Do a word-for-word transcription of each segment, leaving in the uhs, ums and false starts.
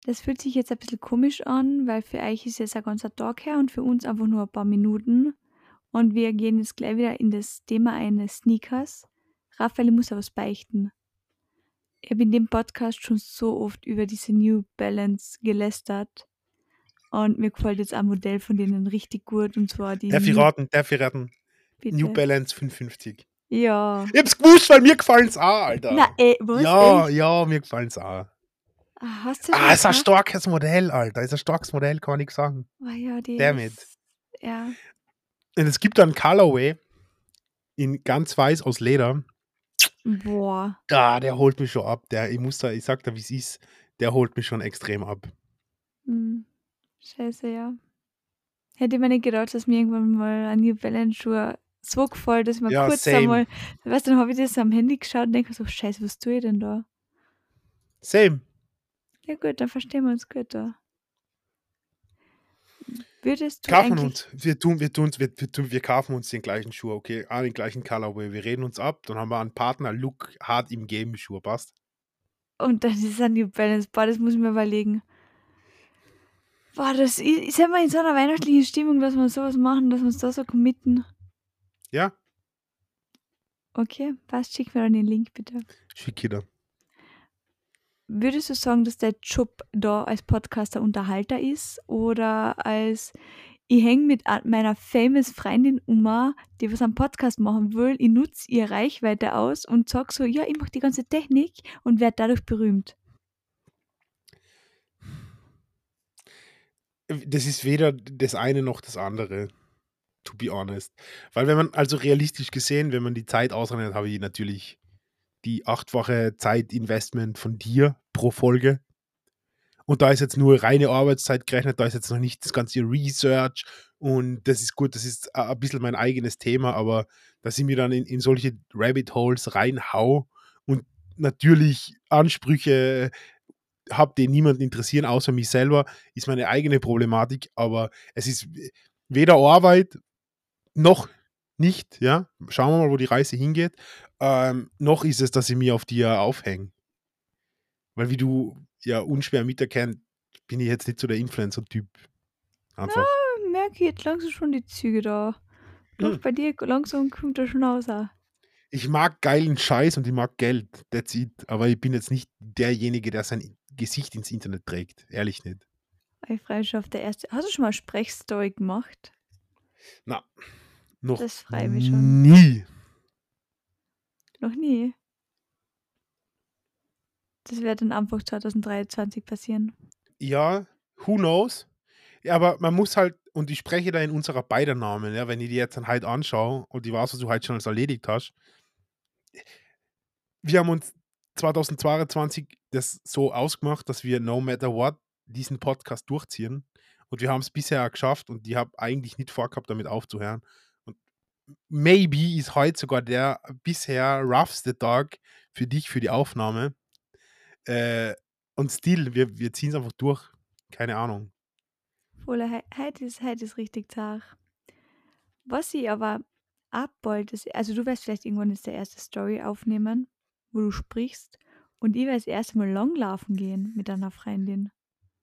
Das fühlt sich jetzt ein bisschen komisch an, weil für euch ist jetzt ein ganzer Tag her und für uns einfach nur ein paar Minuten. Und wir gehen jetzt gleich wieder in das Thema eines Sneakers. Raphael, ich muss ja was beichten. Ich habe in dem Podcast schon so oft über diese New Balance gelästert. Und mir gefällt jetzt ein Modell von denen richtig gut. Und zwar die Darf ich New... raten, darf ich raten? New Bitte. Balance fünfhundertfünfzig. Ja. Ich hab's gewusst, weil mir gefallen's auch, Alter. Na, ey, was? Ja, Echt? ja, mir gefallen's auch. Ah, hast du schon Ah, ist ein gekauft? starkes Modell, Alter. Ist ein starkes Modell, kann ich sagen. Oh ja, die Damit. ist... Ja. Und es gibt dann Colorway in ganz weiß aus Leder. Boah. Da, der holt mich schon ab. Der, ich muss da, ich sag da, wie es ist, der holt mich schon extrem ab. Hm. Scheiße, ja. Hätte ich mir nicht gedacht, dass mir irgendwann mal ein New Balance Schuh so gefällt, dass ich mir Ja, kurz same. einmal, weißt du, dann habe ich das am Handy geschaut und denke mir so, scheiße, was tue ich denn da? Same. Ja gut, dann verstehen wir uns gut da. Würdest du Kaufen eigentlich, uns. Wir tun, wir tun, wir, wir tun, wir kaufen uns den gleichen Schuh, okay? Ah, den gleichen Colorway. Wir reden uns ab, dann haben wir einen Partner, Look, hart im Game Schuh, passt? und dann ist es ein New Balance, boah, das muss ich mir überlegen. Boah, das ist ja mal in so einer weihnachtlichen Stimmung, dass wir sowas machen, dass wir uns da so committen. Ja? Okay, passt, schick mir dann den Link bitte. Schick jeder. Würdest du sagen, dass der Job da als Podcaster Unterhalter ist oder als ich hänge mit a- meiner famous Freundin um, die was am Podcast machen will, ich nutze ihre Reichweite aus und sag so, ja, ich mache die ganze Technik und werde dadurch berühmt. Das ist weder das eine noch das andere, to be honest. Weil wenn man, also realistisch gesehen, wenn man die Zeit ausrechnet, habe ich natürlich die achtfache Zeitinvestment von dir pro Folge. Und da ist jetzt nur reine Arbeitszeit gerechnet, da ist jetzt noch nicht das ganze Research und das ist gut, das ist a- ein bisschen mein eigenes Thema, aber dass ich mir dann in, in solche Rabbit Holes reinhau und natürlich Ansprüche habe, die niemanden interessieren, außer mich selber, ist meine eigene Problematik, aber es ist weder Arbeit noch nicht, ja, schauen wir mal, wo die Reise hingeht, ähm, noch ist es, dass ich mir auf die aufhänge. Weil wie du ja unschwer miterkennst, bin ich jetzt nicht so der Influencer-Typ. Einfach. Ich merke jetzt langsam schon die Züge da. Doch, Hm. bei dir langsam kommt das schon raus. auch. Ich mag geilen Scheiß und ich mag Geld. That's it. Aber ich bin jetzt nicht derjenige, der sein Gesicht ins Internet trägt. Ehrlich nicht. Ich freue mich schon auf der erste. Hast du schon mal Sprechstory gemacht? Na, noch Das freue mich schon. nie. Noch nie. Das wird dann einfach zwanzig dreiundzwanzig passieren. Ja, who knows? Ja, aber man muss halt, und ich spreche da in unserer beider Namen, ja, wenn ich die jetzt dann halt anschaue und ich weiß, was du halt schon alles erledigt hast. Wir haben uns zweitausendzweiundzwanzig das so ausgemacht, dass wir no matter what diesen Podcast durchziehen. Und wir haben es bisher auch geschafft und ich habe eigentlich nicht vorgehabt, damit aufzuhören. Und maybe ist heute sogar der bisher roughste Tag für dich, für die Aufnahme. Äh, und still, wir, wir ziehen es einfach durch. Keine Ahnung. Voll, he- heute ist, heute ist richtig zart. Was ich aber abwollte, ist, also du wirst vielleicht irgendwann jetzt der erste Story aufnehmen, wo du sprichst und ich werde das erste Mal langlaufen gehen mit einer Freundin.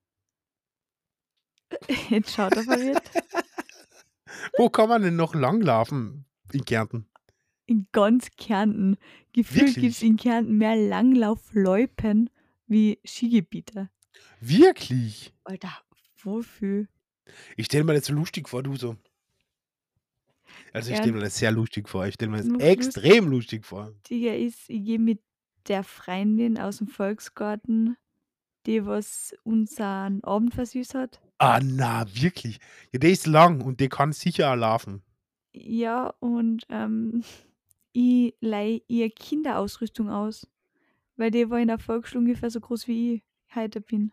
Jetzt schaut er verwirrt. Wo kann man denn noch langlaufen in Kärnten? In ganz Kärnten. Gefühlt gibt es Wirklich? in Kärnten mehr Langlaufloipen wie Skigebiete. Wirklich? Alter, wofür? Ich stelle mir das so lustig vor, du so. Also ich Ja, stelle mir das sehr lustig vor. Ich stelle mir das nur extrem lustig vor. lustiger ist, ich gehe mit der Freundin aus dem Volksgarten, die was unseren Abend versüßt hat. Ah, na, wirklich. Ja, der ist lang und der kann sicher auch laufen. Ja, und ähm, ich leihe ihr Kinderausrüstung aus, weil die war in der Volksschule ungefähr so groß wie ich heute bin.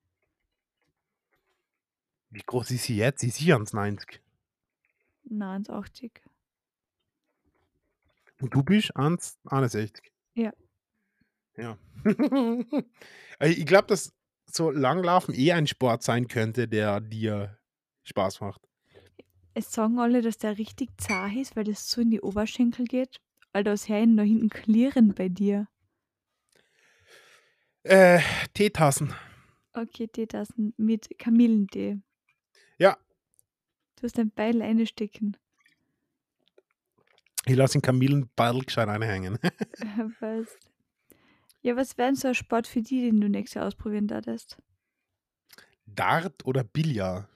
Wie groß ist sie jetzt? Sie ist sicher neunzig. neunundachtzig. Und du bist eins Komma einundsechzig. Ja. Ja. Also ich glaube, dass so Langlaufen eher ein Sport sein könnte, der dir Spaß macht. Es sagen alle, dass der richtig zart ist, weil das so in die Oberschenkel geht. Alter, das höre ich da hinten klirren bei dir. Äh, Teetassen. Okay, Teetassen mit Kamillentee. Ja, Du hast ein Beil einstecken. ich lasse den Kamillenball gescheit reinhängen. Passt. Ja, was wäre denn so ein Sport für die, den du nächstes Jahr ausprobieren würdest? Dart oder Billard?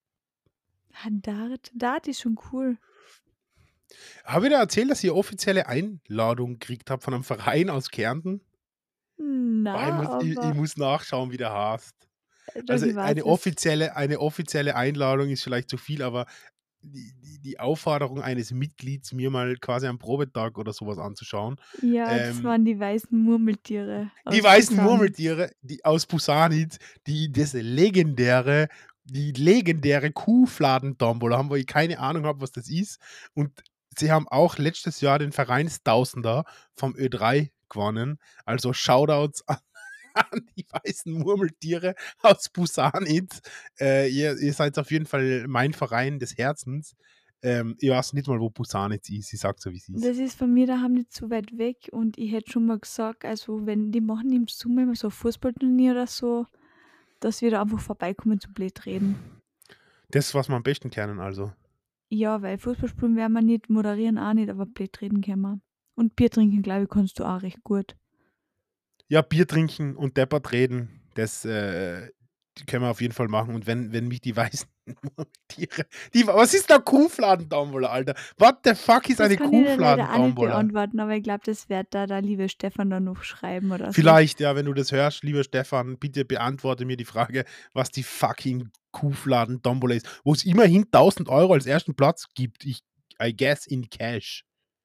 Ah, Dart. Dart ist schon cool. Habe ich dir erzählt, dass ich 'ne offizielle Einladung gekriegt habe von einem Verein aus Kärnten? Boah, ich Na, muss ich ich aber muss nachschauen, wie der heißt. äh, doch, Also, ich weiß eine es. offizielle eine offizielle Einladung ist vielleicht zu viel, aber die die die Aufforderung eines Mitglieds, mir mal quasi am Probetag oder so was anzuschauen. Ja, das Ähm, waren die weißen Murmeltiere die aus weißen Busan. Murmeltiere, die aus Busanitz, die das legendäre die legendäre Kuhfladen-Tombola haben, wo ich keine Ahnung habe, was das ist. Und sie haben auch letztes Jahr den Vereinstausender vom Ö drei gewonnen. Also Shoutouts an an die weißen Murmeltiere aus Busanitz. Äh, ihr ihr seid auf jeden Fall mein Verein des Herzens. Ähm, ich weiß nicht mal, wo Busanitz ist. Ich sage so, wie es ist. Das ist von mir daheim nicht so weit weg und ich hätte schon mal gesagt, also wenn die machen im Sommer immer so ein Fußballturnier oder so, dass wir da einfach vorbeikommen zu blöd reden. Das, was wir am besten kennen, also. Ja, weil Fußball spielen werden wir nicht, moderieren auch nicht, aber blöd reden können wir. Und Bier trinken, glaube ich, kannst du auch recht gut. Ja, Bier trinken und deppert reden, das, äh, können wir auf jeden Fall machen. Und wenn wenn mich die weißen Murmeltiere die was ist 'ne Kuhfladentombola, Alter? What the fuck ist Das eine kann ich dir leider auch nicht Kuhfladentombola? beantworten, aber ich glaube, das wird da der liebe Stefan dann noch schreiben oder so. Vielleicht, ja, wenn du das hörst, lieber Stefan, bitte beantworte mir die Frage, was die fucking Kuhfladen-Tombola ist, wo es immerhin tausend Euro als ersten Platz gibt. Ich I guess in Cash.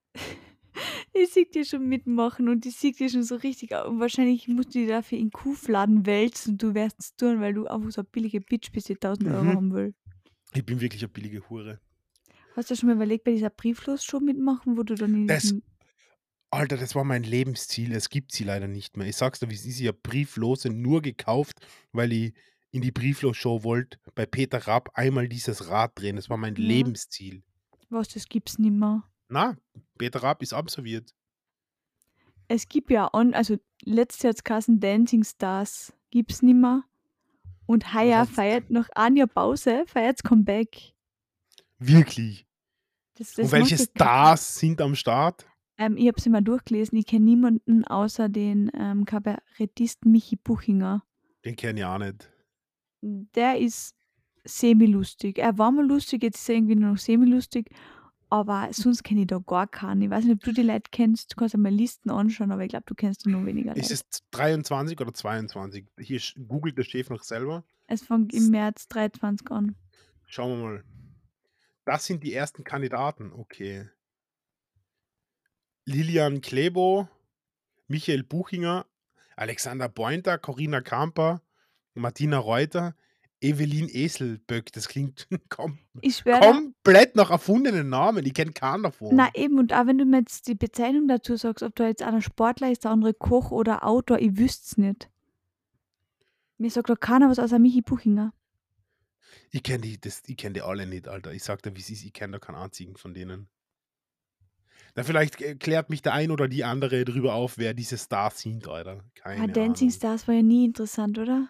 Ich sehe dir schon mitmachen und ich sehe dir schon so richtig au und wahrscheinlich musst du dich dafür in Kuhfladen wälzen und du wirst es tun, weil du einfach so 'ne billige Bitch bist, die tausend Euro Mhm. haben will. Ich bin wirklich 'ne billige Hure. Hast du schon mal überlegt, bei dieser Brieflos-Show mitmachen, wo du dann in Das diesem Alter, das war mein Lebensziel. Es gibt sie leider nicht mehr. Ich sag's dir, wie es ist. Ich habe Brieflose nur gekauft, weil ich in die Brieflos-Show wollte, bei Peter Raab einmal dieses Rad drehen. Das war mein ja, Lebensziel. was, das gibt's nimmer. Na, Peter Raab ist absolviert. Es gibt ja on also letztes Jahr hat's geheißen „Dancing Stars“ gibt's nimmer und Was heuer heißt feiert nach einem Jahr Pause feiert's Comeback. wirklich? Das Und das welche macht ja kein Stars sind am Start? ähm, ich habe es immer durchgelesen, ich kenne niemanden außer den, ähm, Kabarettisten Michi Buchinger. Den kenne ich auch nicht. Der ist semi-lustig. Er war mal lustig, jetzt ist er irgendwie nur noch semi-lustig, aber sonst kenne ich da gar keinen. Ich weiß nicht, ob du die Leute kennst, du kannst ja mal Listen anschauen, aber ich glaube, du kennst da nur weniger Ist Leute. es dreiundzwanzig oder zweiundzwanzig? Hier sch googelt der Chef noch selber. Es fängt im S März dreiundzwanzig an. Schauen wir mal. Das sind die ersten Kandidaten. Okay. Lilian Klebo, Michael Buchinger, Alexander Pointer, Corinna Kamper, Martina Reuter, Evelyn Eselböck. Das klingt kom Ich schwöre da komplett nach erfundenen Namen. Ich kenne keinen na davon. eben, und auch wenn du mir jetzt die Bezeichnung dazu sagst, ob da jetzt einer Sportler ist, der andere Koch oder Autor, ich wüsste es nicht. Mir sagt da keiner was außer Michi Buchinger. Ich kenne die das ich kenne die alle nicht, Alter. Ich sage dir, wie's ist, ich kenne da keinen einzigen von denen. Na, vielleicht, äh, klärt mich der ein oder die andere drüber auf, wer diese Stars sind, Alter. Ah, Keine Dancing Ahnung. Stars war ja nie interessant, oder?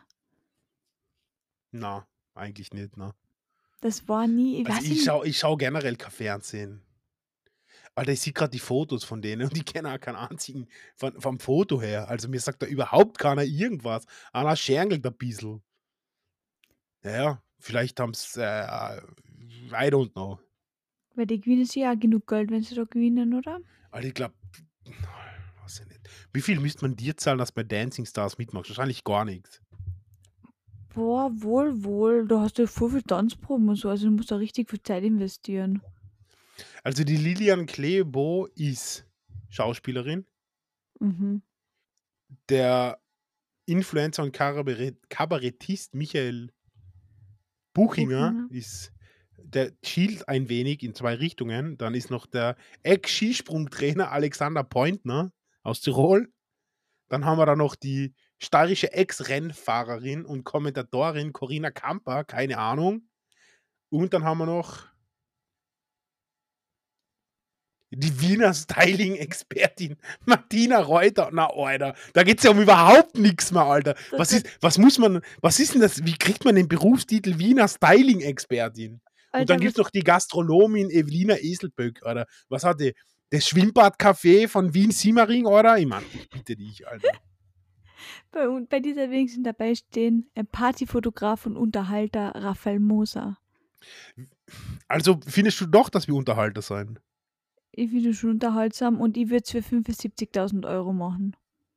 Na, eigentlich nicht, ne? Das war nie ich Also, weiß ich nicht, schaue ich schaue generell kein Fernsehen. Alter, ich sehe grad die Fotos von denen und ich kenne auch keinen einzigen von vom Foto her. Also, mir sagt da überhaupt keiner irgendwas. Einer scherngelt ein bisschen. Ja, ja, vielleicht haben's, äh, I don't know. weil die gewinnen sich ja auch genug Geld, wenn sie da gewinnen, oder? Alter, ich glaube weiß ich nicht. Wie viel müsste man dir zahlen, dass du bei Dancing Stars mitmachst? Wahrscheinlich gar nix. Boah, wohl, wohl, da hast du ja voll viel Tanzproben und so, also du musst da richtig viel Zeit investieren. Also, die Lilian Klebo ist Schauspielerin. Mhm. Der Influencer und Kabarett Kabarettist Michael Buchinger Buchinger. ist der schielt ein wenig in zwei Richtungen. Dann ist noch der Ex-Skisprungtrainer Alexander Pointner aus Tirol. Dann haben wir da noch die steirische Ex-Rennfahrerin und Kommentatorin Corinna Kamper, keine Ahnung. Und dann haben wir noch Die Wiener Styling-Expertin Martina Reuter. Na, Alter, da geht's ja um überhaupt nichts mehr, Alter. Da, Was da, ist, was muss man, was ist denn das? Wie kriegt man den Berufstitel Wiener Styling-Expertin? Und dann Alter, gibt's was noch die Gastronomin Evelina Eselböck, Alter. Was hat die? Das Schwimmbadcafé von Wien-Simmering, oder? Ich mein, ich bitte dich, Alter. bei, un- bei dieser wenigsten dabei stehen äh, Partyfotograf und Unterhalter Raphael Moser. Also findest du doch, dass wir Unterhalter sein? Ich finde das schon unterhaltsam und ich würde es für fünfundsiebzigtausend Euro machen.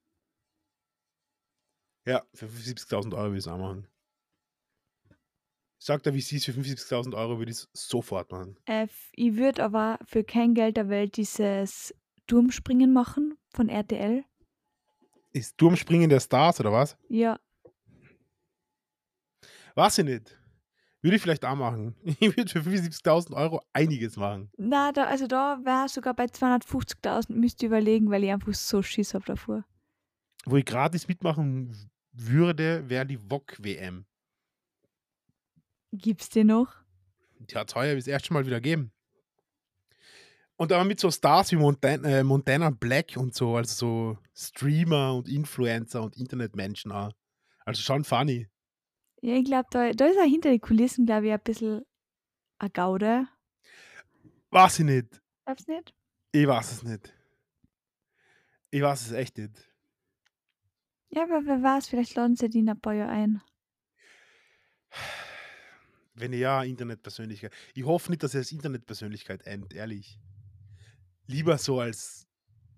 Ja, für fünfundsiebzigtausend Euro würde ich es auch machen. Sagt er, wie sie es für fünfundsiebzigtausend Euro würde ich es sofort machen. Äh, f- ich würde aber für kein Geld der Welt dieses Turmspringen machen von R T L. Ist Turmspringen der Stars oder was? Ja, Weiß ich nicht. Würde ich vielleicht auch machen. Ich würde für fünfundsiebzigtausend Euro einiges machen. na, da, also da wäre sogar bei zweihundertfünfzigtausend, müsst ihr überlegen, weil ich einfach so Schiss habe davor. Wo ich gratis mitmachen w- würde, wäre die V O G-W M. Gibt's den noch? Die hat es heuer das erste Mal wieder gegeben. Und aber mit so Stars wie Montana, äh, Montana Black und so, also so Streamer und Influencer und Internetmenschen auch. Also schon funny. Ja, ich glaube, da, da ist auch hinter den Kulissen, glaube ich, ein bisschen eine Gaude. Weiß ich nicht. Glaubst nicht? Ich weiß es nicht. Ich weiß es echt nicht. Ja, aber wer weiß, vielleicht laden sie die in ein paar Jahren ein. Wenn ja, Internetpersönlichkeit. Ich hoffe nicht, dass er als Internetpersönlichkeit endet, ehrlich. Lieber so als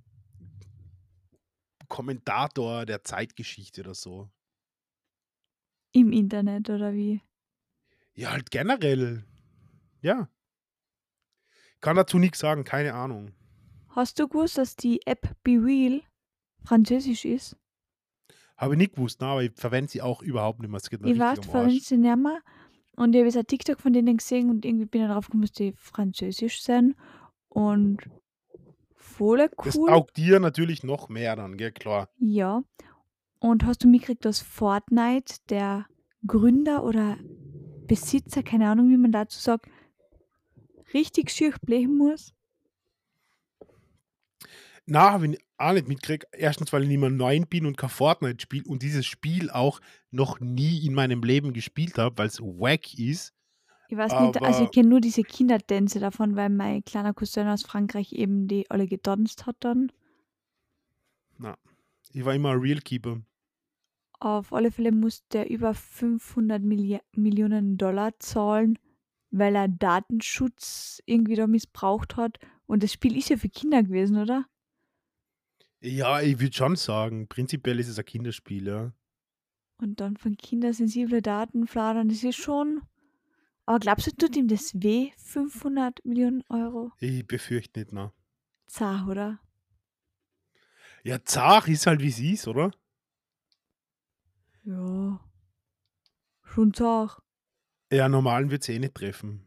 Kommentator der Zeitgeschichte oder so. Im Internet oder wie? Ja, halt generell. Ja. Kann dazu nichts sagen, keine Ahnung. Hast du gewusst, dass die App BeReal französisch ist? Habe ich nicht gewusst, ne, aber ich verwende sie auch überhaupt nicht mehr. Es geht mir Ich richtig weiß, am verwende Arsch. sie nicht mehr. Und ich habe jetzt ein TikTok von denen gesehen und irgendwie bin ich darauf gekommen, dass die französisch sind. Und voll Das cool. taugt dir natürlich noch mehr dann, gell, klar. Ja. Und hast du mitgekriegt, dass Fortnite, der Gründer oder Besitzer, keine Ahnung, wie man dazu sagt, richtig schier blechen muss? Na, habe ich auch nicht mitgekriegt. Erstens, weil ich nicht mehr neun bin und kein Fortnite spiele und dieses Spiel auch noch nie in meinem Leben gespielt habe, weil es wack ist. Ich weiß nicht, also ich Aber, kenne nur diese Kindertänze davon, weil mein kleiner Cousin aus Frankreich eben die alle getanzt hat dann. na, ich war immer ein Real Keeper. Auf alle Fälle musste er über fünfhundert Milli Millionen Dollar zahlen, weil er Datenschutz irgendwie da missbraucht hat. Und das Spiel ist ja für Kinder gewesen, oder? Ja, ich würde schon sagen, prinzipiell ist es ein Kinderspiel, ja. Und dann von Kindern sensible Daten fladern, das ist schon. Aber glaubst du, tut ihm das weh? fünfhundert Millionen Euro? Ich befürchte nicht, na. Zach, oder? Ja, Zach ist halt wie sie ist, oder? Ja, schon Zach. Ja, normalen wird sie eh nicht treffen.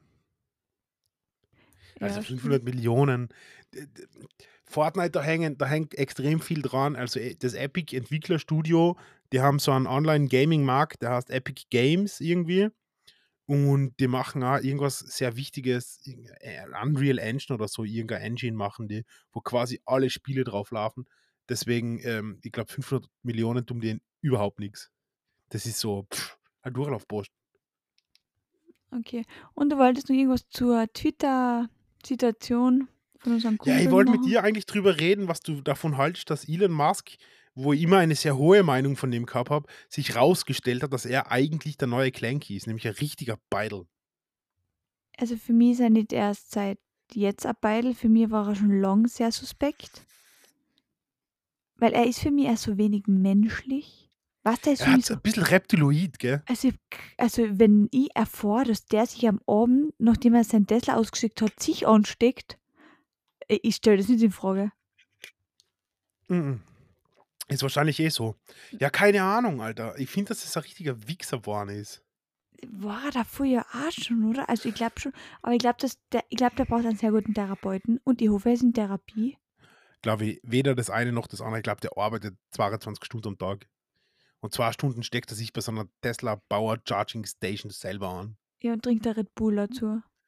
Also Ja, fünfhundert stimmt. Millionen. D- d- Fortnite, da, hängen, da hängt extrem viel dran. Also äh, das Epic Entwicklerstudio, die haben so einen Online-Gaming-Markt, der heißt Epic Games irgendwie. Und die machen auch irgendwas sehr Wichtiges, irg- äh, Unreal Engine oder so, irgendeine Engine machen die, wo quasi alle Spiele drauf laufen. Deswegen, ähm, ich glaube, fünfhundert Millionen tun denen überhaupt nichts. Das ist so, pff, ein Durchlaufpost. Okay. Und du wolltest noch irgendwas zur Twitter-Situation von unserem Ja, ich Kumpel wollte mit machen? dir eigentlich drüber reden, was du davon haltst, dass Elon Musk, wo ich immer eine sehr hohe Meinung von dem gehabt habe, sich rausgestellt hat, dass er eigentlich der neue Clanky ist, nämlich ein richtiger Beidel. Also für mich ist er nicht erst seit jetzt ein Beidel, für mich war er schon lang sehr suspekt. Weil er ist für mich erst so wenig menschlich. Weißt du, er ist für Er mich hat so. ein bisschen Reptiloid, gell? Also, ich- also wenn ich erfahre, dass der sich am Abend, nachdem er sein Tesla ausgeschickt hat, sich ansteckt, äh, ich stelle das nicht in Frage. Mhm. Ist wahrscheinlich eh so. Ja, keine Ahnung, Alter. Ich finde, dass das ein richtiger Wichser geworden ist. War er davor ja auch schon, oder? Also ich glaube schon, aber ich glaube, der, ich glaub, der braucht einen sehr guten Therapeuten und ich hoffe, er ist in Therapie. Glaube ich, weder das eine noch das andere. Ich glaube, der arbeitet zweiundzwanzig Stunden am Tag. Und zwei Stunden steckt er sich bei so einer Tesla Power Charging Station selber an. Ja, und trinkt der Red Bull dazu.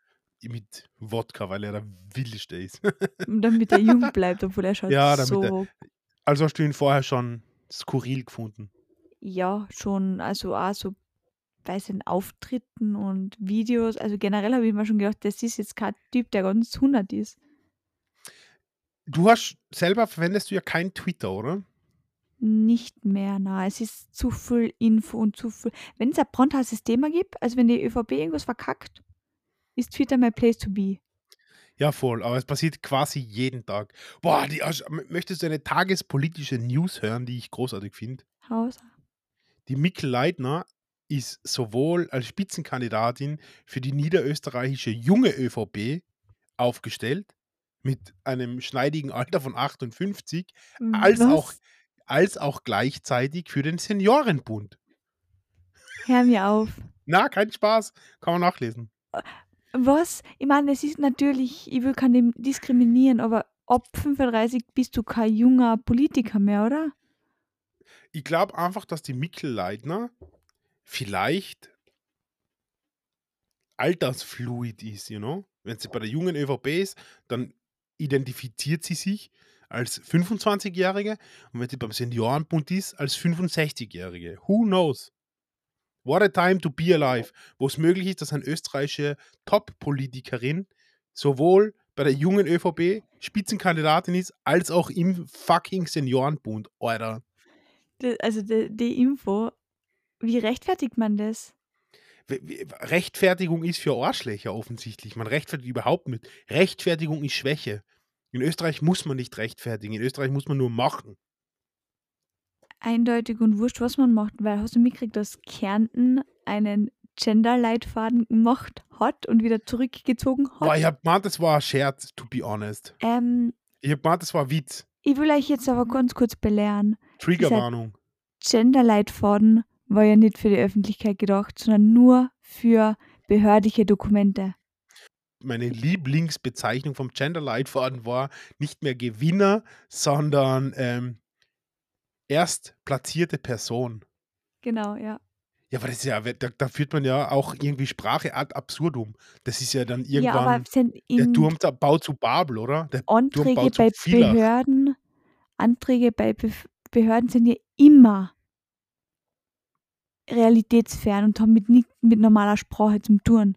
mit Wodka, weil er der Wildeste ist. Damit er jung bleibt, obwohl er schaut Ja, damit er so also hast du ihn vorher schon skurril gefunden? ja, schon, also auch so bei seinen Auftritten und Videos. Also generell habe ich mir schon gedacht, das ist jetzt kein Typ, der ganz hundert ist. Du hast selber verwendest du ja kein Twitter, oder? Nicht mehr, na, es ist zu viel Info und zu viel. Wenn es ein brandheißes Thema gibt, also wenn die ÖVP irgendwas verkackt, ist Twitter my place to be. Ja, voll, aber es passiert quasi jeden Tag. Boah, die hast m möchtest du eine tagespolitische News hören, die ich großartig finde? Haus. Die Mikl Leitner ist sowohl als Spitzenkandidatin für die niederösterreichische junge ÖVP aufgestellt, mit einem schneidigen Alter von achtundfünfzig, als auch Was? als auch gleichzeitig für den Seniorenbund. Hör mir auf. Na, kein Spaß, kann man nachlesen. Was? Ich meine, es ist natürlich, ich will keinen diskriminieren, aber ab fünfunddreißig bist du kein junger Politiker mehr, oder? Ich glaube einfach, dass die Mikl Leitner vielleicht altersfluid ist, you know? Wenn sie bei der jungen ÖVP ist, dann identifiziert sie sich als fünfundzwanzigjährige und wenn sie beim Seniorenbund ist, als fünfundsechzigjährige. Who knows? What a time to be alive, wo es möglich ist, dass eine österreichische Top-Politikerin sowohl bei der jungen ÖVP Spitzenkandidatin ist, als auch im fucking Seniorenbund, Alter. D also d die Info, wie rechtfertigt man das? W w Rechtfertigung ist für Arschlöcher offensichtlich. Man rechtfertigt überhaupt nicht. Rechtfertigung ist Schwäche. In Österreich muss man nicht rechtfertigen. In Österreich muss man nur machen. Eindeutig und wurscht, was man macht, weil hast du mitgekriegt, dass Kärnten einen Gender-Leitfaden gemacht hat und wieder zurückgezogen Boah, hat? ich habe gemeint, das war ein Scherz, to be honest. Ähm, Ich habe gemeint, das war ein Witz. ich will euch jetzt aber ganz kurz belehren. Dieser Triggerwarnung. Gender-Leitfaden war ja nicht für die Öffentlichkeit gedacht, sondern nur für behördliche Dokumente. Meine Lieblingsbezeichnung vom Gender-Leitfaden war nicht mehr Gewinner, sondern ähm, erstplatzierte Person. Genau, ja. Ja, aber das ist ja, da, da führt man ja auch irgendwie Sprache ad absurdum. Das ist ja dann Ja, aber irgendwann sind der in Turm da baut zu Babel, oder? Der Turm Anträge baut zu bei Villach. Behörden Anträge bei Bef Behörden sind ja immer realitätsfern und haben mit nicht mit normaler Sprache zum tun.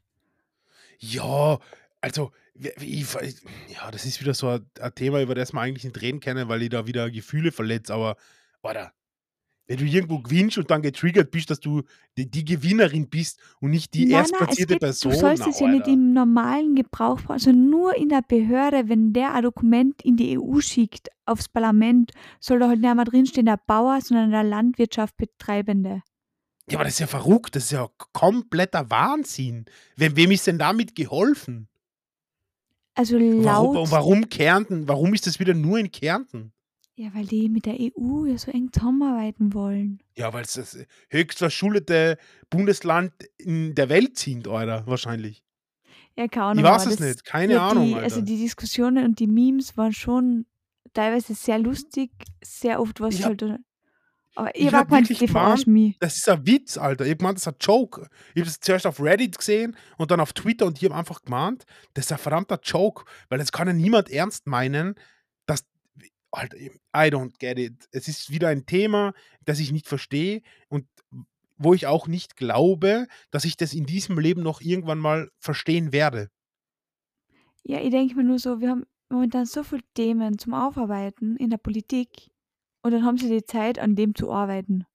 Ja, also, w ich weiß ja, das ist wieder so ein 'n Thema, über das wir eigentlich nicht reden können, weil ich da wieder Gefühle verletze, aber, Alter, wenn du irgendwo gewinnst und dann getriggert bist, dass du die die Gewinnerin bist und nicht die Na, na, es erstplatzierte geht du Person, sollst na, es ja nicht Alter. im normalen Gebrauch brauchen, sondern nur in der Behörde, wenn der ein Dokument in die E U schickt, aufs Parlament, soll da halt nicht einmal drinstehen der Bauer, sondern der Landwirtschaft Betreibende. Ja, aber das ist ja verrückt, das ist ja k kompletter Wahnsinn. Wem wem ist denn damit geholfen? Also Warum und laut warum Kärnten? Warum ist das wieder nur in Kärnten? ja, weil die mit der E U ja so eng zusammenarbeiten wollen. Ja, weil's das höchst verschuldete Bundesland in der Welt sind, Alter, wahrscheinlich. Ja, keine Ich Ahnung, weiß aber es das nicht, keine ja, Ahnung, die also Alter. die Diskussionen und die Memes waren schon teilweise sehr lustig, sehr oft was Ich habe halt äh, aber ich ich habe auch habe gemeint, wirklich die gemeint, verarschen mich. das ist ein Witz, Alter. Ich habe gemeint, das ist ein Joke. Ich habe das zuerst auf Reddit gesehen und dann auf Twitter und ich habe einfach gemeint, das ist ein verdammter Joke, weil das kann ja niemand ernst meinen, dass Alter, I don't get it. Es ist wieder ein Thema, das ich nicht verstehe und wo ich auch nicht glaube, dass ich das in diesem Leben noch irgendwann mal verstehen werde. Ja, ich denke mir nur so, wir haben momentan so viele Themen zum Aufarbeiten in der Politik und dann haben sie die Zeit, an dem zu arbeiten.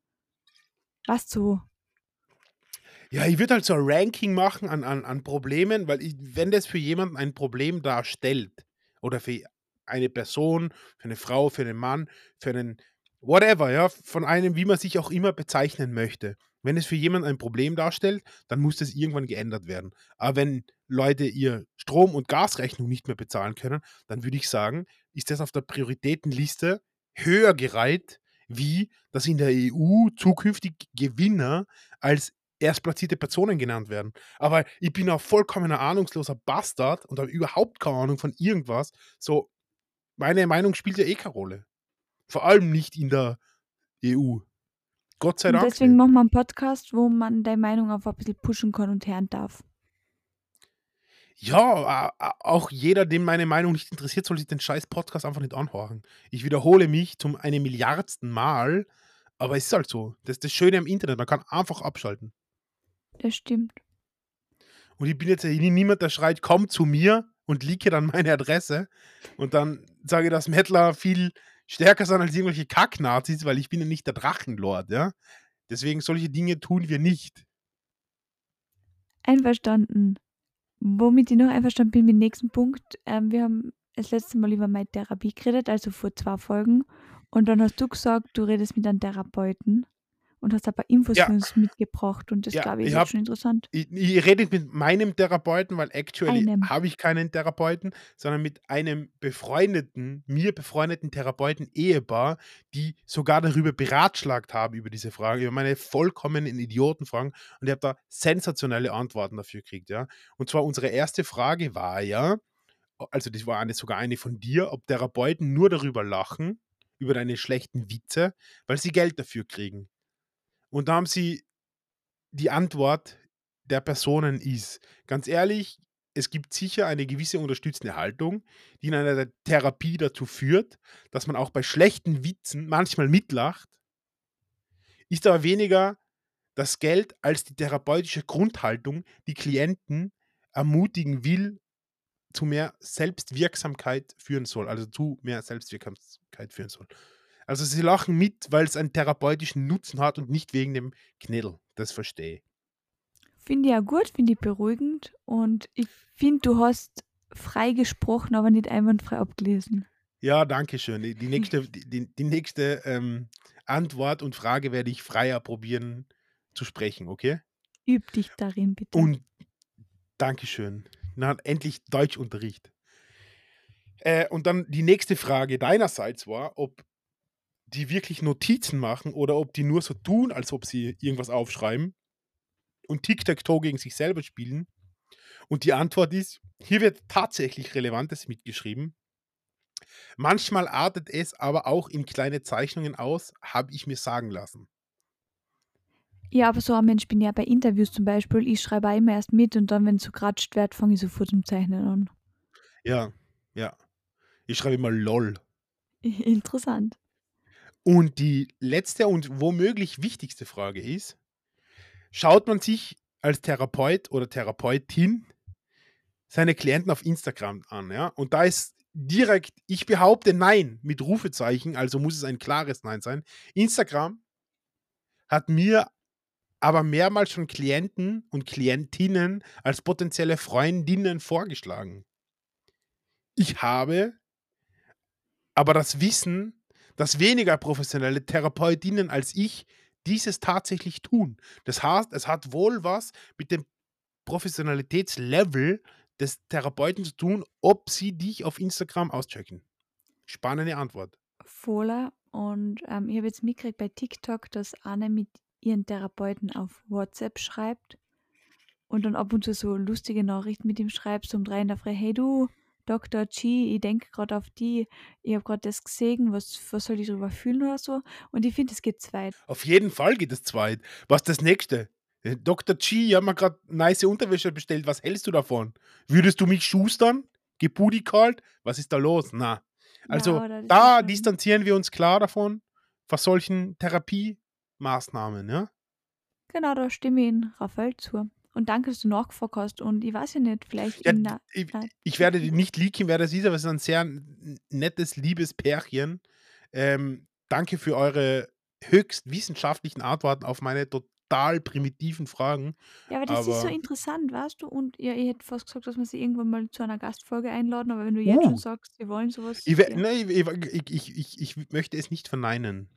Weißt du? Ja, ich würde halt so ein Ranking machen an an an Problemen, weil ich wenn das für jemanden ein Problem darstellt oder für eine Person, für eine Frau, für einen Mann, für einen whatever, ja, von einem, wie man sich auch immer bezeichnen möchte. Wenn es für jemanden ein Problem darstellt, dann muss das irgendwann geändert werden. Aber wenn Leute ihr Strom und Gasrechnung nicht mehr bezahlen können, dann würde ich sagen, ist das auf der Prioritätenliste höher gereiht, wie dass in der E U zukünftig Gewinner als erstplatzierte Personen genannt werden. Aber ich bin ein vollkommener ahnungsloser Bastard und habe überhaupt keine Ahnung von irgendwas. So, meine Meinung spielt ja eh keine Rolle. Vor allem nicht in der E U. Gott sei Und Dank deswegen nicht. machen wir einen Podcast, wo man deine Meinung einfach ein bisschen pushen kann und hören darf. Ja, a a auch jeder, den meine Meinung nicht interessiert, soll sich den scheiß Podcast einfach nicht anhören. Ich wiederhole mich zum eine Milliardsten Mal, aber es ist halt so. Das ist das Schöne am Internet, man kann einfach abschalten. Das stimmt. Und ich bin jetzt ja niemand, der schreit: „Komm zu mir" und leake dann meine Adresse und dann sage ich, dass Mettler viel stärker sind als irgendwelche Kacknazis, weil ich bin ja nicht der Drachenlord, ja? Deswegen solche Dinge tun wir nicht. Einverstanden. Womit ich noch einverstanden bin mit dem nächsten Punkt, ähm, wir haben das letzte Mal über meine Therapie geredet, also vor zwei Folgen. Und dann hast du gesagt, du redest mit einem Therapeuten und hast ein paar Infos Ja, für uns mitgebracht und das, ja, glaube ich, ist ich jetzt habe schon interessant. ich ich rede nicht mit meinem Therapeuten, weil actually Einem. habe ich keinen Therapeuten, sondern mit einem befreundeten mir befreundeten Therapeuten-Ehepaar, die sogar darüber beratschlagt haben über diese Frage, über meine vollkommenen Idiotenfragen und ich habe da sensationelle Antworten dafür gekriegt, ja. Und zwar unsere erste Frage war ja also das war eine sogar eine von dir, ob Therapeuten nur darüber lachen, über deine schlechten Witze, weil sie Geld dafür kriegen. Und da haben sie die Antwort der Personen ist, ganz ehrlich, es gibt sicher eine gewisse unterstützende Haltung, die in einer Therapie dazu führt, dass man auch bei schlechten Witzen manchmal mitlacht, ist aber weniger das Geld als die therapeutische Grundhaltung, die Klienten ermutigen will, zu mehr Selbstwirksamkeit führen soll, also zu mehr Selbstwirksamkeit führen soll. Also sie lachen mit, weil es einen therapeutischen Nutzen hat und nicht wegen dem Knädel. Das verstehe ich. Finde ich ja gut, finde ich beruhigend und ich finde, du hast frei gesprochen, aber nicht einwandfrei abgelesen. Ja, danke schön. Die die nächste die die die nächste, ähm, Antwort und Frage werde ich freier probieren zu sprechen, okay? Üb dich darin bitte. Und danke schön. Na, endlich Deutschunterricht. Äh, und dann die nächste Frage deinerseits war, ob die wirklich Notizen machen oder ob die nur so tun, als ob sie irgendwas aufschreiben und Tic-Tac-Toe gegen sich selber spielen. Und die Antwort ist, hier wird tatsächlich Relevantes mitgeschrieben. Manchmal artet es aber auch in kleine Zeichnungen aus, habe ich mir sagen lassen. Ja, aber so ein Mensch bin ich ja bei Interviews zum Beispiel. Ich schreibe auch immer erst mit und dann, wenn es so geratscht wird, fange ich sofort zum Zeichnen an. Ja, ja. Ich schreibe immer LOL. Interessant. Und die letzte und womöglich wichtigste Frage ist, schaut man sich als Therapeut oder Therapeutin seine Klienten auf Instagram an, ja? Und da ist direkt, ich behaupte Nein mit Rufezeichen, also muss es ein klares Nein sein. Instagram hat mir aber mehrmals schon Klienten und Klientinnen als potenzielle Freundinnen vorgeschlagen. Ich habe aber das Wissen, dass weniger professionelle Therapeutinnen als ich dieses tatsächlich tun. Das heißt, es hat wohl was mit dem Professionalitätslevel des Therapeuten zu tun, ob sie dich auf Instagram auschecken. Spannende Antwort. Voller. Und ähm, ich habe jetzt mitgekriegt bei TikTok, dass eine mit ihren Therapeuten auf WhatsApp schreibt und dann ab und zu so lustige Nachrichten mit ihm schreibt, so um drei in der Früh, hey du, Doktor G, ich denke gerade auf die, ich habe gerade das gesehen, was, was soll ich darüber fühlen oder so. Und ich finde, es geht zu weit. Auf jeden Fall geht es zweit. Was ist das nächste? Äh, Doktor G, ich habe mir gerade nice Unterwäsche bestellt. Was hältst du davon? Würdest du mich schustern? Gebooty called? Was ist da los? Na. Na, Also, oder das ist da schon. distanzieren wir uns klar davon, vor solchen Therapiemaßnahmen, ja? Genau, da stimme ich Ihnen Raphael zu. Und danke, dass du nachgefragt hast. Und ich weiß ja nicht, vielleicht Ja, in der, ich, der ich werde dir Zukunft. nicht leaken, wer das ist, aber es ist ein sehr n- nettes, liebes Pärchen. Ähm, danke für eure höchst wissenschaftlichen Antworten auf meine total primitiven Fragen. Ja, aber das ist so Aber interessant, weißt du? Und ja, ich hätte fast gesagt, dass wir sie irgendwann mal zu einer Gastfolge einladen, aber wenn du jetzt schon uh, sagst, wir wollen sowas, ich, we- ja. ne, ich, ich, ich, ich, ich möchte es nicht verneinen.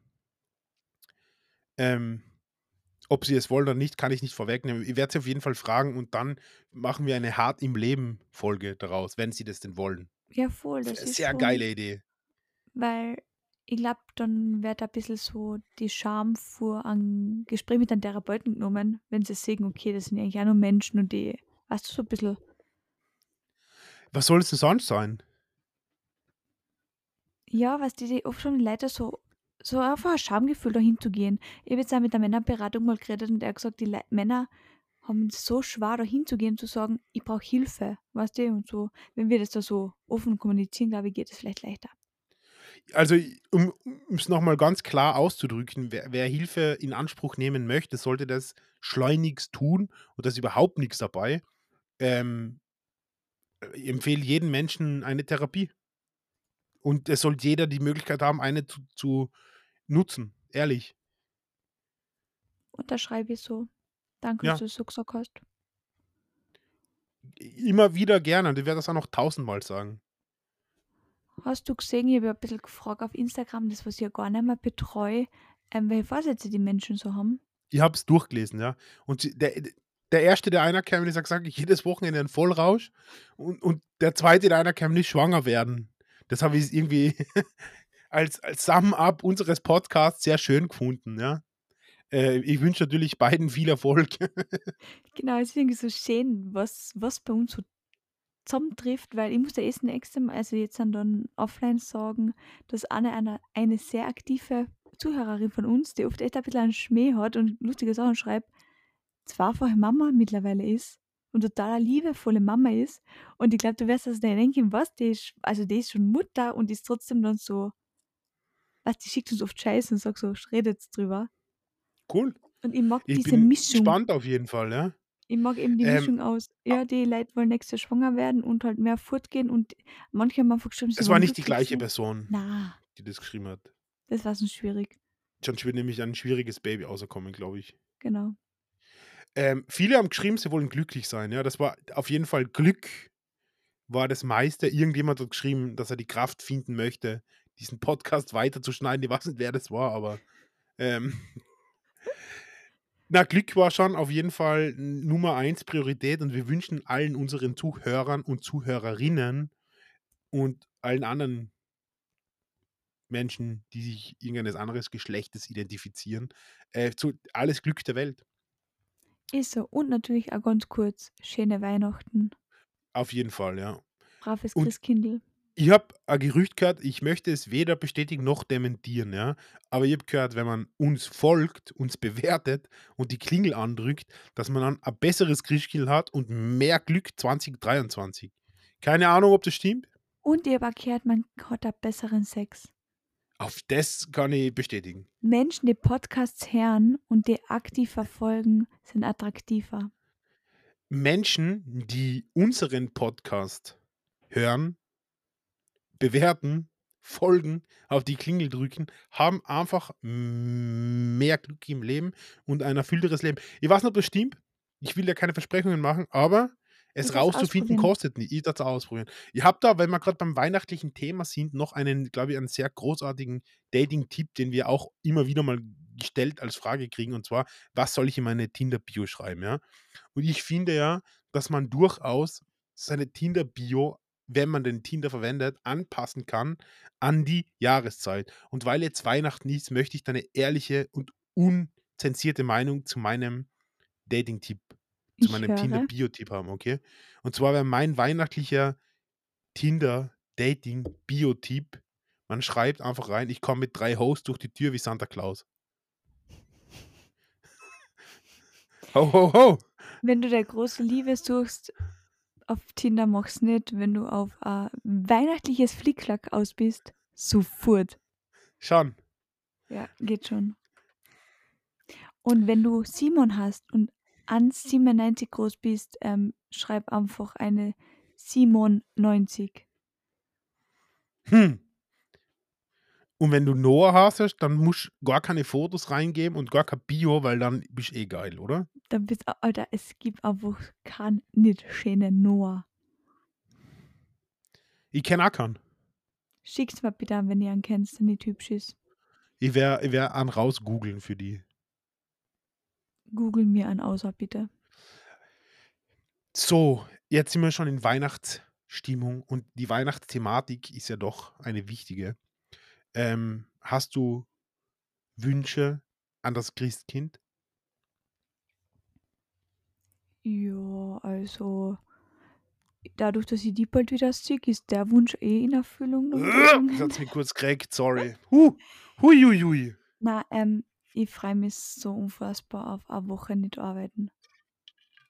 Ähm, ob sie es wollen oder nicht, kann ich nicht vorwegnehmen. Ich werde sie auf jeden Fall fragen und dann machen wir eine Hart im Leben Folge daraus, wenn sie das denn wollen. Ja, voll, das ist Sehr schon, geile Idee. weil ich glaube, dann wird ein bisschen so die Scham vor einem Gespräch mit einem Therapeuten genommen, wenn sie sehen, okay, das sind ja eigentlich auch nur Menschen und die, weißt du, so ein bisschen, Was soll es denn sonst sein? ja, was die, die oft schon Leute so, so einfach ein Schamgefühl dahin zu gehen. Ich habe jetzt auch mit der Männerberatung mal geredet und er hat gesagt, die Le Männer haben es so schwer, da hinzugehen und zu sagen, ich brauche Hilfe, weißt du, und so. Wenn wir das da so offen kommunizieren, glaube ich, geht es vielleicht leichter. Also, um es nochmal ganz klar auszudrücken, wer wer Hilfe in Anspruch nehmen möchte, sollte das schleunigst tun und da ist überhaupt nichts dabei. Ähm, ich empfehle jedem Menschen eine Therapie. Und es sollte jeder die Möglichkeit haben, eine zu zu nutzen, ehrlich. Unterschreibe ich so. Danke, dass Ja, du das so gesagt hast. immer wieder gerne und ich werde das auch noch tausendmal sagen. Hast du gesehen, ich habe ja ein bisschen gefragt auf Instagram, das, was ich ja gar nicht mehr betreue, ähm, welche Vorsätze die Menschen so haben? Ich habe es durchgelesen, ja. Und sie der der erste, der einer kam, der sagt sagt: „Jedes Wochenende ein Vollrausch." Und und der zweite, der einer kam, nicht schwanger werden. Das habe ich irgendwie als als Sum up unseres Podcasts sehr schön gefunden, ja. Äh, ich wünsche natürlich beiden viel Erfolg. Genau, es ist irgendwie so schön, was was bei uns so zusammentrifft, weil ich muss ja erst nächste Mal, also jetzt dann offline sagen, dass Anne eine eine sehr aktive Zuhörerin von uns, die oft echt ein bisschen einen Schmäh hat und lustige Sachen schreibt, zweifache Mama mittlerweile ist und total eine liebevolle Mama ist. Und ich glaube, du wirst das nicht denken, was, die ist also die ist schon Mutter und ist trotzdem dann so, weißt, die schickt uns oft Scheiße und sagt so: „Redet drüber." Cool. Und ich mag Ich diese bin Mischung. gespannt auf jeden Fall, ja. Ich mag eben die Ähm, Mischung aus, a ja, die Leute wollen nächstes Jahr schwanger werden und halt mehr fortgehen und manche haben einfach geschrieben, sie es war wollen nicht die glücklich gleiche sein. Person, Na, die das geschrieben hat. das war so schwierig. Sonst wird nämlich ein schwieriges Baby rauskommen, glaube ich. Genau. Ähm, viele haben geschrieben, sie wollen glücklich sein, ja. Das war auf jeden Fall Glück war das meiste. Irgendjemand hat geschrieben, dass er die Kraft finden möchte, diesen Podcast weiterzuschneiden. Ich weiß nicht, wer das war, aber, ähm, na, Glück war schon auf jeden Fall N Nummer eins Priorität und wir wünschen allen unseren Zuhörern und Zuhörerinnen und allen anderen Menschen, die sich irgendeines anderes Geschlechtes identifizieren, äh, zu alles Glück der Welt. Ist so. Und natürlich auch ganz kurz, schöne Weihnachten, Auf jeden Fall, ja. braves Und Christkindl. ich habe ein Gerücht gehört, ich möchte es weder bestätigen noch dementieren, ja. Aber ich habe gehört, wenn man uns folgt, uns bewertet und die Klingel andrückt, dass man dann ein besseres Christkindl hat und mehr Glück zwanzig dreiundzwanzig. Keine Ahnung, ob das stimmt. Und ich habe auch gehört, man hat da besseren Sex. Auf das kann ich bestätigen. Menschen, die Podcasts hören und die aktiv verfolgen, sind attraktiver. Menschen, die unseren Podcast hören, bewerten, folgen, auf die Klingel drücken, haben einfach m mehr Glück im Leben und ein erfüllteres Leben. Ich weiß nicht, ob das stimmt. Ich will ja keine Versprechungen machen, aber Ich es darf's rauszufinden ausprobieren. kostet nicht. Ich werde es ausprobieren. Ich habe da, wenn wir gerade beim weihnachtlichen Thema sind, noch einen, glaube ich, einen sehr großartigen Dating-Tipp, den wir auch immer wieder mal gestellt als Frage kriegen, und zwar: „Was soll ich in meine Tinder-Bio schreiben?" Ja? Und ich finde ja, dass man durchaus seine Tinder-Bio, wenn man den Tinder verwendet, anpassen kann an die Jahreszeit. Und weil jetzt Weihnachten ist, möchte ich deine ehrliche und unzensierte Meinung zu meinem Dating-Tipp, zu Ich meinem höre. Tinder-Bio-Tipp haben, okay? Und zwar wäre mein weihnachtlicher Tinder-Dating-Bio-Tipp, man schreibt einfach rein: „Ich komme mit drei Hoes durch die Tür wie Santa Claus." Ho, ho, ho! Wenn du der große Liebe suchst, auf Tinder mach's nicht. Wenn du auf ein weihnachtliches Flickflack aus bist, sofort. Schon. Ja, geht schon. Und wenn du Simon hast und eins Komma siebenundneunzig groß bist, ähm, schreib einfach eine Simon neunzig. Hm. Und wenn du Noah hast, dann musst du gar keine Fotos reingeben und gar kein Bio, weil dann bist du eh geil, oder? Dann bist du, Alter, es gibt einfach keinen nicht schönen Noah. Ich kenne auch keinen. Schick's mir bitte an, wenn ihr einen kennst, der nicht hübsch ist. Ich werde ich werde einen rausgoogeln für die. Google mir einen außer bitte. So, jetzt sind wir schon in Weihnachtsstimmung und die Weihnachtsthematik ist ja doch eine wichtige. Ähm, hast du Wünsche an das Christkind? Ja, also dadurch, dass ich die bald wieder sehe, ist der Wunsch eh in Erfüllung, damit ich sagen Das kann. hat's mich kurz gekriegt, sorry. Hu, hui, hui, hui. Na, ähm, ich freue mich so unfassbar auf eine Woche nicht arbeiten.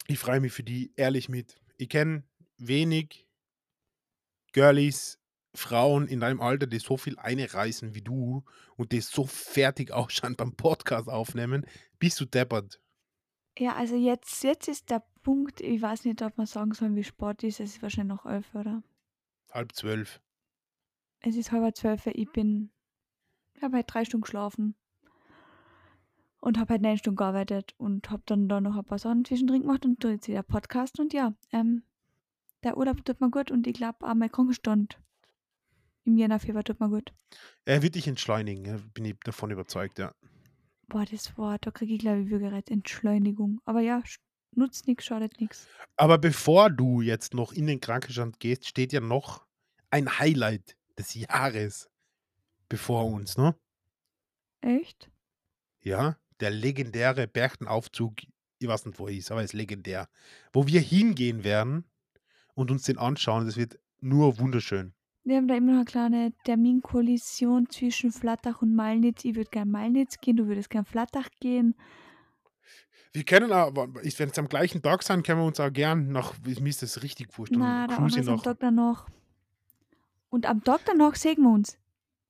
Ich freue mich für die ehrlich mit. Ich kenne wenig Girlies, Frauen in deinem Alter, die so viel einreißen wie du und die so fertig ausschauen beim Podcast aufnehmen. Bist du deppert. Ja, also jetzt jetzt ist der Punkt, ich weiß nicht, ob man sagen soll, wie Sport ist. Es ist wahrscheinlich noch elf, oder? Halb zwölf. Es ist halb zwölf, ich bin ich habe halt drei Stunden geschlafen und habe halt neun Stunden gearbeitet und habe dann da noch ein paar Sachen zwischendrin gemacht und tue jetzt wieder Podcast und ja, ähm, der Urlaub tut mir gut und ich glaube auch mein Krankenstand im Jänner, Februar tut mir gut. Er wird dich entschleunigen, ja, bin ich davon überzeugt, ja. Boah, das Wort, da kriege ich, glaube ich, Würgereiz, Entschleunigung. Aber ja, sch nutzt nix, schadet nix. Aber bevor du jetzt noch in den Krankenstand gehst, steht ja noch ein Highlight des Jahres bevor uns, ne? Echt? Ja, der legendäre Bergtenaufzug, ich weiß nicht, wo er ist, aber er ist legendär. Wo wir hingehen werden und uns den anschauen, das wird nur wunderschön. Wir haben da immer noch 'ne kleine Terminkollision zwischen Flattach und Malnitz. Ich würde gern Malnitz gehen, du würdest gern Flattach gehen. Wir können aber, wenn es am gleichen Tag sein, können wir uns auch gern nach, mir ist das richtig wurscht, dann Na, der cruise andere ich ist am nach. Tag danach. Und am Tag danach sehen wir uns.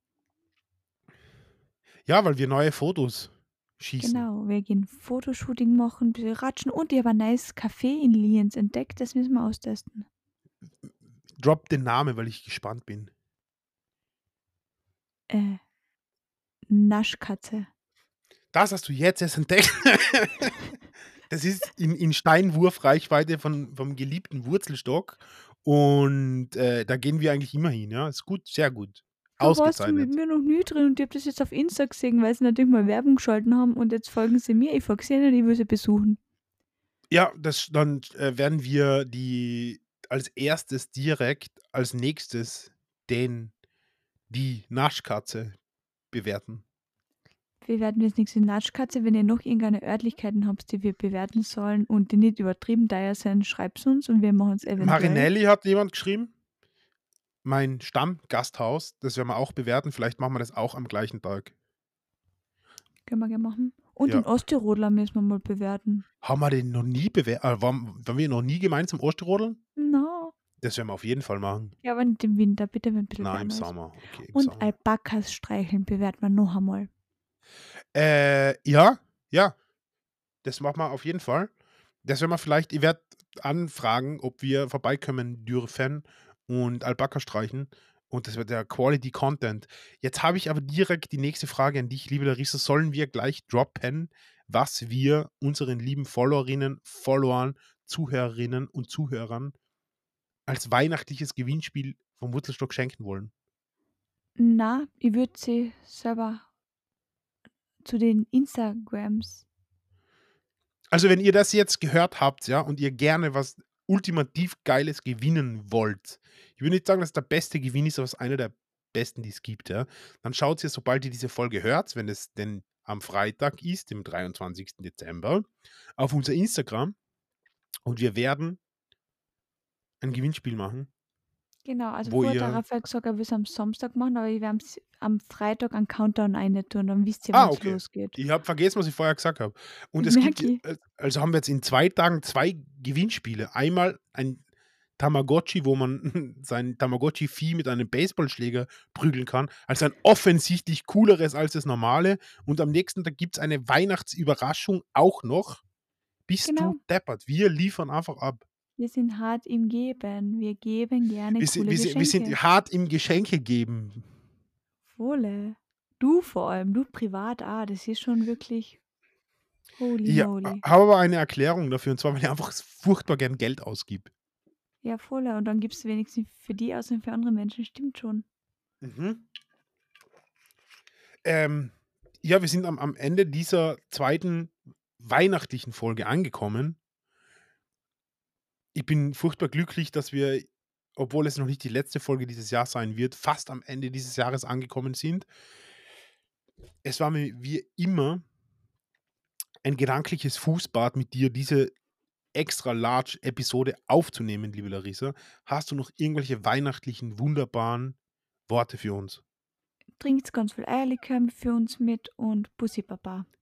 Ja, weil wir neue Fotos schießen. Genau, wir gehen Fotoshooting machen, bisschen ratschen und ich habe ein neues Café in Lienz entdeckt, das müssen wir austesten. Drop den Namen, weil ich gespannt bin. Äh, Naschkatze. Das hast du jetzt erst entdeckt. Das ist in in Steinwurfreichweite von vom geliebten Wurzelstock und, äh, da gehen wir eigentlich immer hin, ja. Ist gut, sehr gut. Da warst du mit Ausgezeichnet. mir noch nie drin und ich habe das jetzt auf Insta gesehen, weil sie natürlich mal Werbung geschalten haben und jetzt folgen sie mir. Ich folge sie ihnen und ich will sie besuchen. Ja, das dann, äh, werden wir die als erstes direkt als Nächstes den die Naschkatze bewerten. Wir werden jetzt nichts in Natschkatze. Wenn ihr noch irgendeine Örtlichkeiten habt, die wir bewerten sollen und die nicht übertrieben teuer sind, schreibt's uns und wir machen es eventuell. Marinelli hat jemand geschrieben. Mein Stammgasthaus, das werden wir auch bewerten. Vielleicht machen wir das auch am gleichen Tag. Können wir gerne machen. Und Ja. den Osttiroler müssen wir mal bewerten. Haben wir den noch nie bewertet? äh, waren waren wir noch nie gemeinsam Osttirodeln? No. Das werden wir auf jeden Fall machen. Ja, aber nicht im Winter, bitte, wenn ein bisschen Na, im wärmer ist. Sommer. Okay, im Und Sommer. Alpakas streicheln bewerten wir noch einmal. Äh, ja, ja, das machen wir auf jeden Fall. Das werden wir vielleicht, ich werde anfragen, ob wir vorbeikommen dürfen und Alpaka streichen. Und das wird der Quality Content. Jetzt habe ich aber direkt die nächste Frage an dich, liebe Larissa. Sollen wir gleich droppen, was wir unseren lieben Followerinnen, Followern, Zuhörerinnen und Zuhörern als weihnachtliches Gewinnspiel vom Wurzelstock schenken wollen? Na, ich würde sie selber zu den Instagrams. Also, wenn ihr das jetzt gehört habt, ja, und ihr gerne was ultimativ Geiles gewinnen wollt, ich will nicht sagen, dass der beste Gewinn ist, aber es ist einer der besten, die es gibt, ja, dann schaut ihr, sobald ihr diese Folge hört, wenn es denn am Freitag ist, dem dreiundzwanzigsten Dezember, auf unser Instagram und wir werden ein Gewinnspiel machen, Genau, also wo vorher hat der ihr Raphael gesagt, er will es am Samstag machen, aber wir werden am Freitag einen Countdown reintun, dann wisst ihr, ah, wann's okay. losgeht. Ich habe vergessen, was ich vorher gesagt habe. Und es gibt, Merke ich. äh, also haben wir jetzt in zwei Tagen zwei Gewinnspiele. Einmal ein Tamagotchi, wo man sein Tamagotchi-Vieh mit einem Baseballschläger prügeln kann. Also ein offensichtlich cooleres als das normale. Und am nächsten Tag gibt es eine Weihnachtsüberraschung auch noch. Bist du Genau. deppert? Wir liefern einfach ab. Wir sind hart im Geben. Wir geben gerne Wir sind, coole wir sind, wir sind Geschenke. hart im Geschenke geben. Volle. Du vor allem, du privat auch, das ist schon wirklich holy Ich moly. habe aber eine Erklärung dafür, und zwar, weil ich einfach furchtbar gern Geld ausgib. Ja, volle. Und dann gibst du wenigstens für die aus und für andere Menschen. Stimmt schon. Mhm. Ähm, ja, wir sind am, am Ende dieser zweiten weihnachtlichen Folge angekommen. Ich bin furchtbar glücklich, dass wir, obwohl es noch nicht die letzte Folge dieses Jahr sein wird, fast am Ende dieses Jahres angekommen sind. Es war mir wie immer ein gedankliches Fußbad mit dir, diese extra large Episode aufzunehmen, liebe Larissa. Hast du noch irgendwelche weihnachtlichen, wunderbaren Worte für uns? Trinkt ganz viel Eierlikör für uns mit und Bussi Baba.